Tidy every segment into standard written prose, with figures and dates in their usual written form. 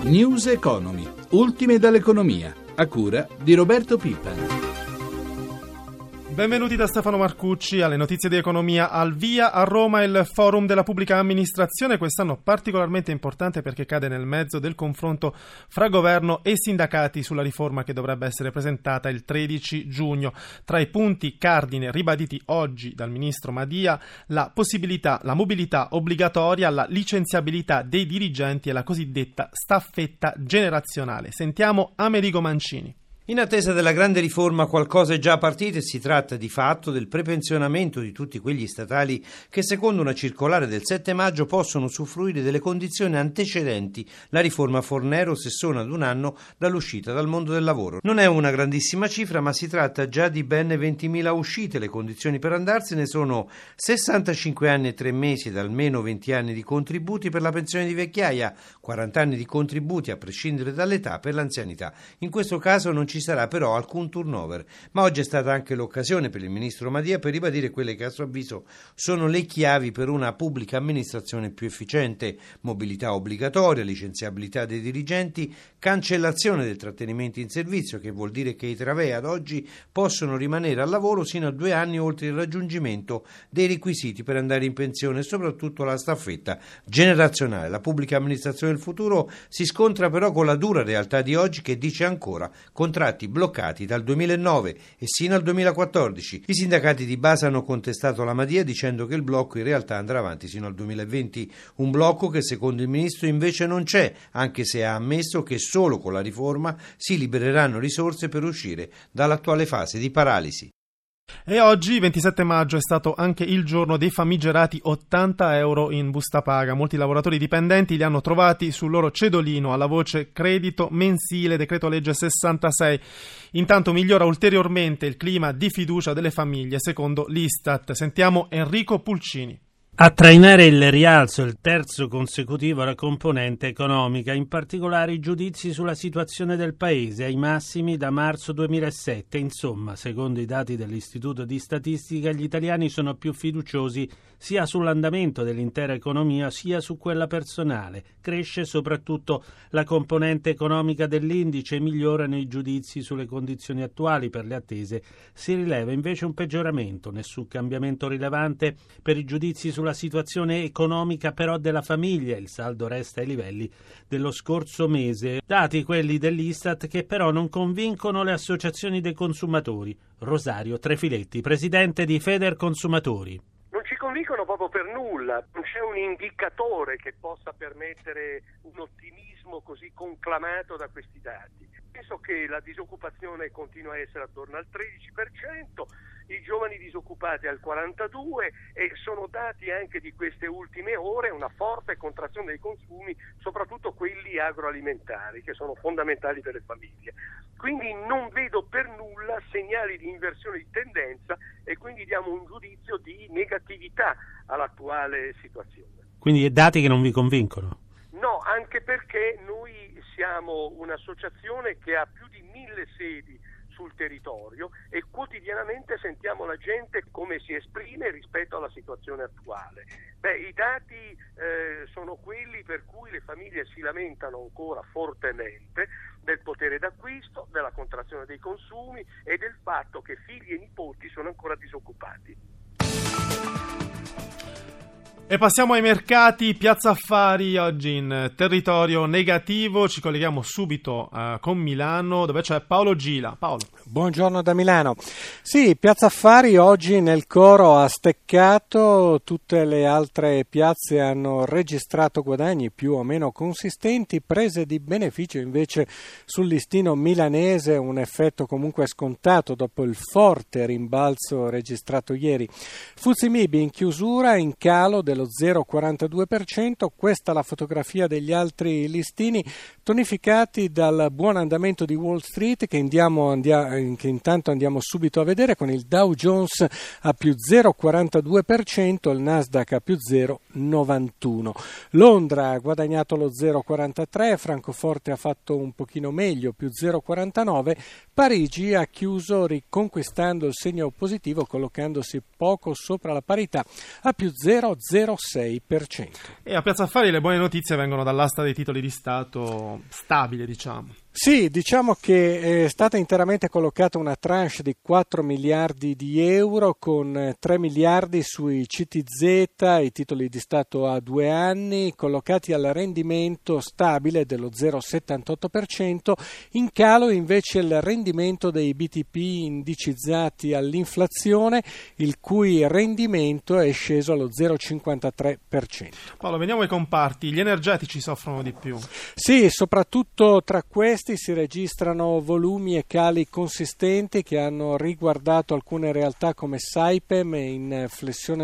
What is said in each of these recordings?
News Economy, ultime dall'economia, a cura di Roberto Pippa. Benvenuti da Stefano Marcucci alle notizie di economia. Al via a Roma il forum della pubblica amministrazione, quest'anno particolarmente importante perché cade nel mezzo del confronto fra governo e sindacati sulla riforma che dovrebbe essere presentata il 13 giugno. Tra i punti cardine ribaditi oggi dal ministro Madia, la mobilità obbligatoria, la licenziabilità dei dirigenti e la cosiddetta staffetta generazionale. Sentiamo Amerigo Mancini. In attesa della grande riforma qualcosa è già partito e si tratta di fatto del prepensionamento di tutti quegli statali che secondo una circolare del 7 maggio possono usufruire delle condizioni antecedenti la riforma Fornero se sono ad un anno dall'uscita dal mondo del lavoro. Non è una grandissima cifra, ma si tratta già di ben 20.000 uscite. Le condizioni per andarsene sono 65 anni e 3 mesi ed almeno 20 anni di contributi per la pensione di vecchiaia, 40 anni di contributi a prescindere dall'età per l'anzianità. In questo caso non ci sarà però alcun turnover, ma oggi è stata anche l'occasione per il ministro Madia per ribadire quelle che a suo avviso sono le chiavi per una pubblica amministrazione più efficiente: mobilità obbligatoria, licenziabilità dei dirigenti, cancellazione del trattenimento in servizio, che vuol dire che i Travea ad oggi possono rimanere al lavoro sino a 2 anni oltre il raggiungimento dei requisiti per andare in pensione, e soprattutto la staffetta generazionale. La pubblica amministrazione del futuro si scontra però con la dura realtà di oggi, che dice ancora contratti bloccati dal 2009 e sino al 2014. I sindacati di base hanno contestato la Madia dicendo che il blocco in realtà andrà avanti sino al 2020, un blocco che secondo il ministro invece non c'è, anche se ha ammesso che solo con la riforma si libereranno risorse per uscire dall'attuale fase di paralisi. E oggi, 27 maggio, è stato anche il giorno dei famigerati 80 euro in busta paga. Molti lavoratori dipendenti li hanno trovati sul loro cedolino alla voce credito mensile, decreto legge 66. Intanto migliora ulteriormente il clima di fiducia delle famiglie, secondo l'Istat. Sentiamo Enrico Pulcini. A trainare il rialzo, il terzo consecutivo, la componente economica, in particolare i giudizi sulla situazione del Paese, ai massimi da marzo 2007. Insomma, secondo i dati dell'Istituto di Statistica, gli italiani sono più fiduciosi sia sull'andamento dell'intera economia sia su quella personale. Cresce soprattutto la componente economica dell'indice, migliorano i giudizi sulle condizioni attuali per le attese. Si rileva invece un peggioramento, nessun cambiamento rilevante per i giudizi sulla situazione economica però della famiglia. Il saldo resta ai livelli dello scorso mese. Dati quelli dell'Istat che però non convincono le associazioni dei consumatori. Rosario Trefiletti, presidente di Federconsumatori. Non ci convincono proprio per nulla, non c'è un indicatore che possa permettere un ottimismo così conclamato da questi dati. Penso che la disoccupazione continua a essere attorno al 13%, i giovani disoccupati al 42% e sono dati anche di queste ultime ore una forte contrazione dei consumi, soprattutto quelli agroalimentari, che sono fondamentali per le famiglie. Quindi non vedo per nulla segnali di inversione di tendenza e quindi diamo un giudizio di negatività all'attuale situazione. Quindi dati che non vi convincono? No, anche perché noi siamo un'associazione che ha più di 1.000 sedi sul territorio e quotidianamente sentiamo la gente come si esprime rispetto alla situazione attuale. I dati sono quelli per cui le famiglie si lamentano ancora fortemente del potere d'acquisto, della contrazione dei consumi e del fatto che figli e nipoti sono ancora disoccupati. E passiamo ai mercati. Piazza Affari oggi in territorio negativo. Ci colleghiamo subito con Milano, dove c'è Paolo Gila. Paolo. Buongiorno da Milano. Sì, Piazza Affari oggi nel coro ha steccato, tutte le altre piazze hanno registrato guadagni più o meno consistenti, prese di beneficio invece sul listino milanese, un effetto comunque scontato dopo il forte rimbalzo registrato ieri. FTSE MIB in chiusura, in calo dello 0,42%, questa la fotografia degli altri listini tonificati dal buon andamento di Wall Street che intanto andiamo subito a vedere, con il Dow Jones a più 0,42%, il Nasdaq a più 0,91%. Londra ha guadagnato lo 0,43%, Francoforte ha fatto un pochino meglio, più 0,49%, Parigi ha chiuso riconquistando il segno positivo, collocandosi poco sopra la parità a più 0,06%. E a Piazza Affari le buone notizie vengono dall'asta dei titoli di Stato stabile, diciamo. Sì, diciamo che è stata interamente collocata una tranche di 4 miliardi di euro con 3 miliardi sui CTZ, i titoli di Stato a 2 anni, collocati al rendimento stabile dello 0,78%, in calo invece il rendimento dei BTP indicizzati all'inflazione, il cui rendimento è sceso allo 0,53%. Paolo, veniamo ai comparti. Gli energetici soffrono di più. Sì, soprattutto tra questi si registrano volumi e cali consistenti che hanno riguardato alcune realtà come Saipem in flessione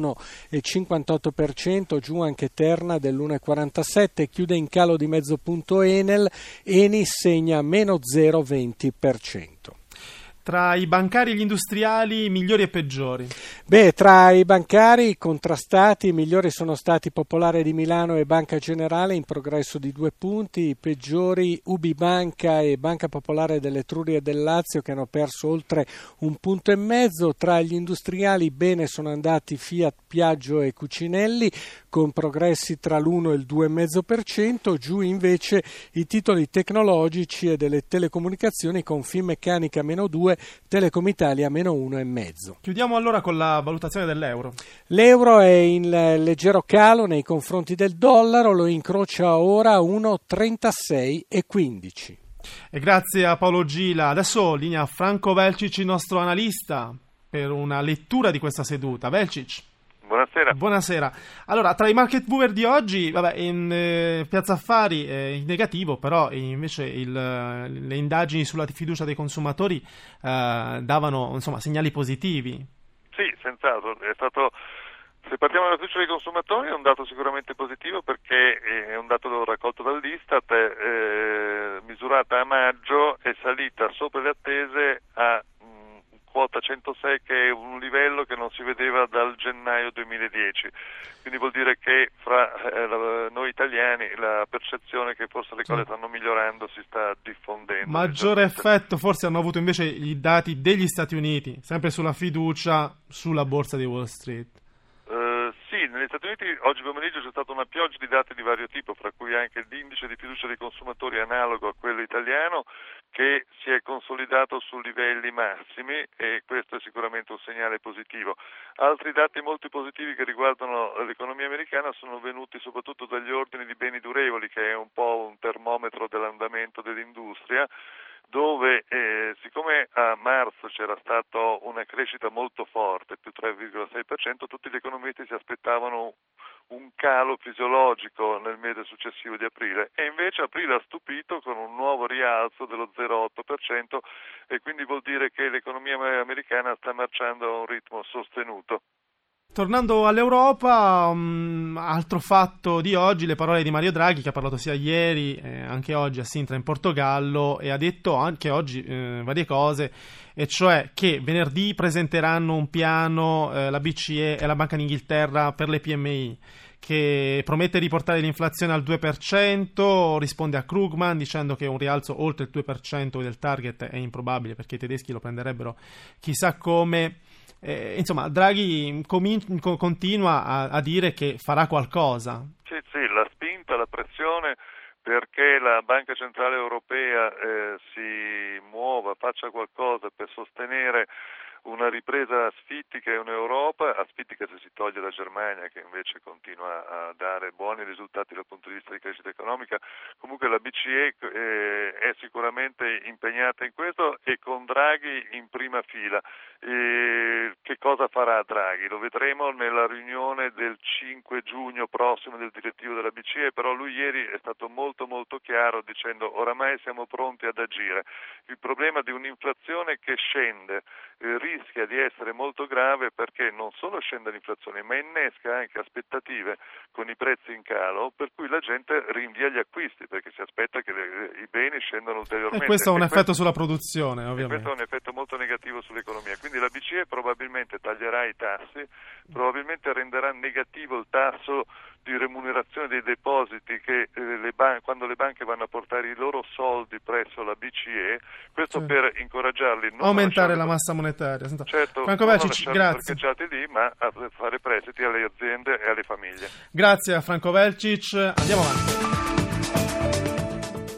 dell'1,58%, giù anche Terna dell'1,47%, chiude in calo di mezzo punto Enel, Eni segna meno 0,20%. Tra i bancari e gli industriali, migliori e peggiori? Tra i bancari contrastati, i migliori sono stati Popolare di Milano e Banca Generale in progresso di 2 punti, i peggiori Ubibanca e Banca Popolare dell'Etruria e del Lazio che hanno perso oltre 1,5 punti. Tra gli industriali bene sono andati Fiat, Piaggio e Cucinelli con progressi tra l'1 e il 2,5%, giù invece i titoli tecnologici e delle telecomunicazioni con Finmeccanica meno 2, Telecom Italia meno 1,5. Chiudiamo allora con la valutazione dell'euro. L'euro è in leggero calo nei confronti del dollaro, lo incrocia ora a 1,36,15. E grazie a Paolo Gila. Adesso linea Franco Velcic, il nostro analista, per una lettura di questa seduta. Velcic. Buonasera. Buonasera. Allora, tra i market mover di oggi, in Piazza Affari in negativo, però invece le indagini sulla fiducia dei consumatori davano segnali positivi. Sì, senz'altro. Se parliamo della fiducia dei consumatori è un dato sicuramente positivo perché è un dato raccolto dall'Istat, misurata a maggio, è salita sopra le attese a quota 106, che è un livello che non si vedeva dal gennaio 2010, quindi vuol dire che fra noi italiani la percezione che forse le cose stanno migliorando si sta diffondendo. Maggiore effetto forse hanno avuto invece i dati degli Stati Uniti, sempre sulla fiducia sulla borsa di Wall Street. Sì, negli Stati Uniti oggi pomeriggio c'è stata una pioggia di dati di vario tipo, fra cui anche l'indice di fiducia dei consumatori analogo a quello italiano, che si è consolidato su livelli massimi, e questo è sicuramente un segnale positivo. Altri dati molto positivi che riguardano l'economia americana sono venuti soprattutto dagli ordini di beni durevoli, che è un po' un termometro dell'andamento dell'industria, dove siccome a marzo c'era stata una crescita molto forte, più 3,6%, tutti gli economisti si aspettavano un calo fisiologico nel mese successivo di aprile, e invece aprile ha stupito con un nuovo rialzo dello 0,8%, e quindi vuol dire che l'economia americana sta marciando a un ritmo sostenuto. Tornando all'Europa, altro fatto di oggi, le parole di Mario Draghi, che ha parlato sia ieri anche oggi a Sintra in Portogallo, e ha detto anche oggi varie cose, e cioè che venerdì presenteranno un piano la BCE e la Banca d'Inghilterra per le PMI, che promette di portare l'inflazione al 2%, risponde a Krugman dicendo che un rialzo oltre il 2% del target è improbabile perché i tedeschi lo prenderebbero chissà come. Draghi continua a dire che farà qualcosa. Sì, la spinta, la pressione perché la Banca Centrale Europea si muova, faccia qualcosa per sostenere una ripresa asfittica in Europa, asfittica se si toglie la Germania, che invece continua a dare buoni risultati dal punto di vista di crescita economica. Comunque la BCE è sicuramente impegnata in questo, e con Draghi in prima fila. Che cosa farà Draghi? Lo vedremo nella riunione del 5 giugno prossimo del direttivo della BCE, però lui ieri è stato molto molto chiaro dicendo oramai siamo pronti ad agire. Il problema di un'inflazione che scende rischia di essere molto grave, perché non solo scende l'inflazione ma innesca anche aspettative con i prezzi in calo, per cui la gente rinvia gli acquisti perché si aspetta che i beni scendano ulteriormente. E questo ha un effetto sulla produzione, ovviamente. Questo ha un effetto molto negativo sull'economia, quindi la BCE probabilmente taglierà i tassi, probabilmente renderà negativo il tasso di remunerazione dei depositi che quando le banche vanno a portare i loro soldi presso la BCE, questo per incoraggiarli non aumentare la massa monetaria. Certo, Franco Velcic, grazie. Parcheggiati lì, ma a fare prestiti alle aziende e alle famiglie. Grazie a Franco Velcic, andiamo avanti.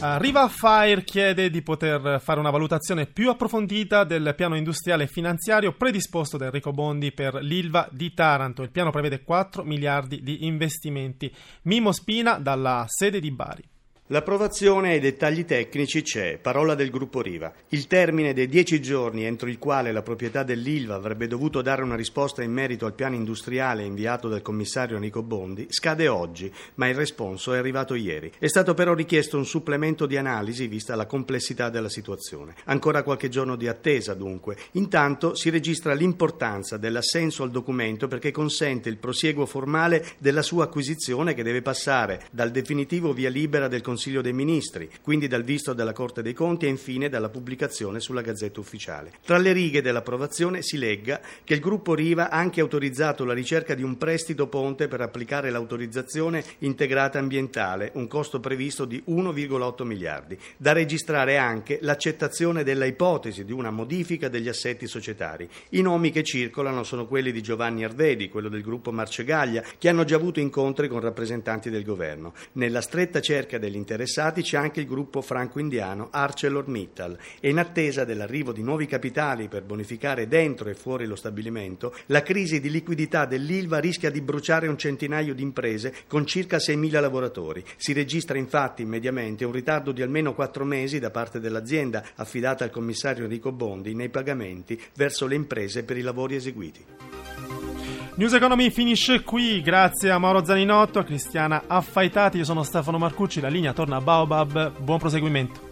Riva Fire chiede di poter fare una valutazione più approfondita del piano industriale e finanziario predisposto da Enrico Bondi per l'Ilva di Taranto. Il piano prevede 4 miliardi di investimenti. Mimo Spina dalla sede di Bari. L'approvazione ai dettagli tecnici c'è, parola del gruppo Riva. Il termine dei 10 giorni entro il quale la proprietà dell'Ilva avrebbe dovuto dare una risposta in merito al piano industriale inviato dal commissario Enrico Bondi scade oggi, ma il responso è arrivato ieri. È stato però richiesto un supplemento di analisi vista la complessità della situazione. Ancora qualche giorno di attesa dunque. Intanto si registra l'importanza dell'assenso al documento perché consente il prosieguo formale della sua acquisizione che deve passare dal definitivo via libera del Consiglio dei Ministri, quindi dal visto della Corte dei Conti e infine dalla pubblicazione sulla Gazzetta Ufficiale. Tra le righe dell'approvazione si legga che il gruppo Riva ha anche autorizzato la ricerca di un prestito ponte per applicare l'autorizzazione integrata ambientale, un costo previsto di 1,8 miliardi. Da registrare anche l'accettazione della ipotesi di una modifica degli assetti societari. I nomi che circolano sono quelli di Giovanni Arvedi, quello del gruppo Marcegaglia, che hanno già avuto incontri con rappresentanti del governo. Nella stretta cerca degli interessati c'è anche il gruppo franco-indiano ArcelorMittal e in attesa dell'arrivo di nuovi capitali per bonificare dentro e fuori lo stabilimento, la crisi di liquidità dell'Ilva rischia di bruciare un centinaio di imprese con circa 6.000 lavoratori. Si registra infatti mediamente un ritardo di almeno 4 mesi da parte dell'azienda affidata al commissario Enrico Bondi nei pagamenti verso le imprese per i lavori eseguiti. News Economy finisce qui, grazie a Mauro Zaninotto, a Cristiana Affaitati, io sono Stefano Marcucci, la linea torna a Baobab, buon proseguimento.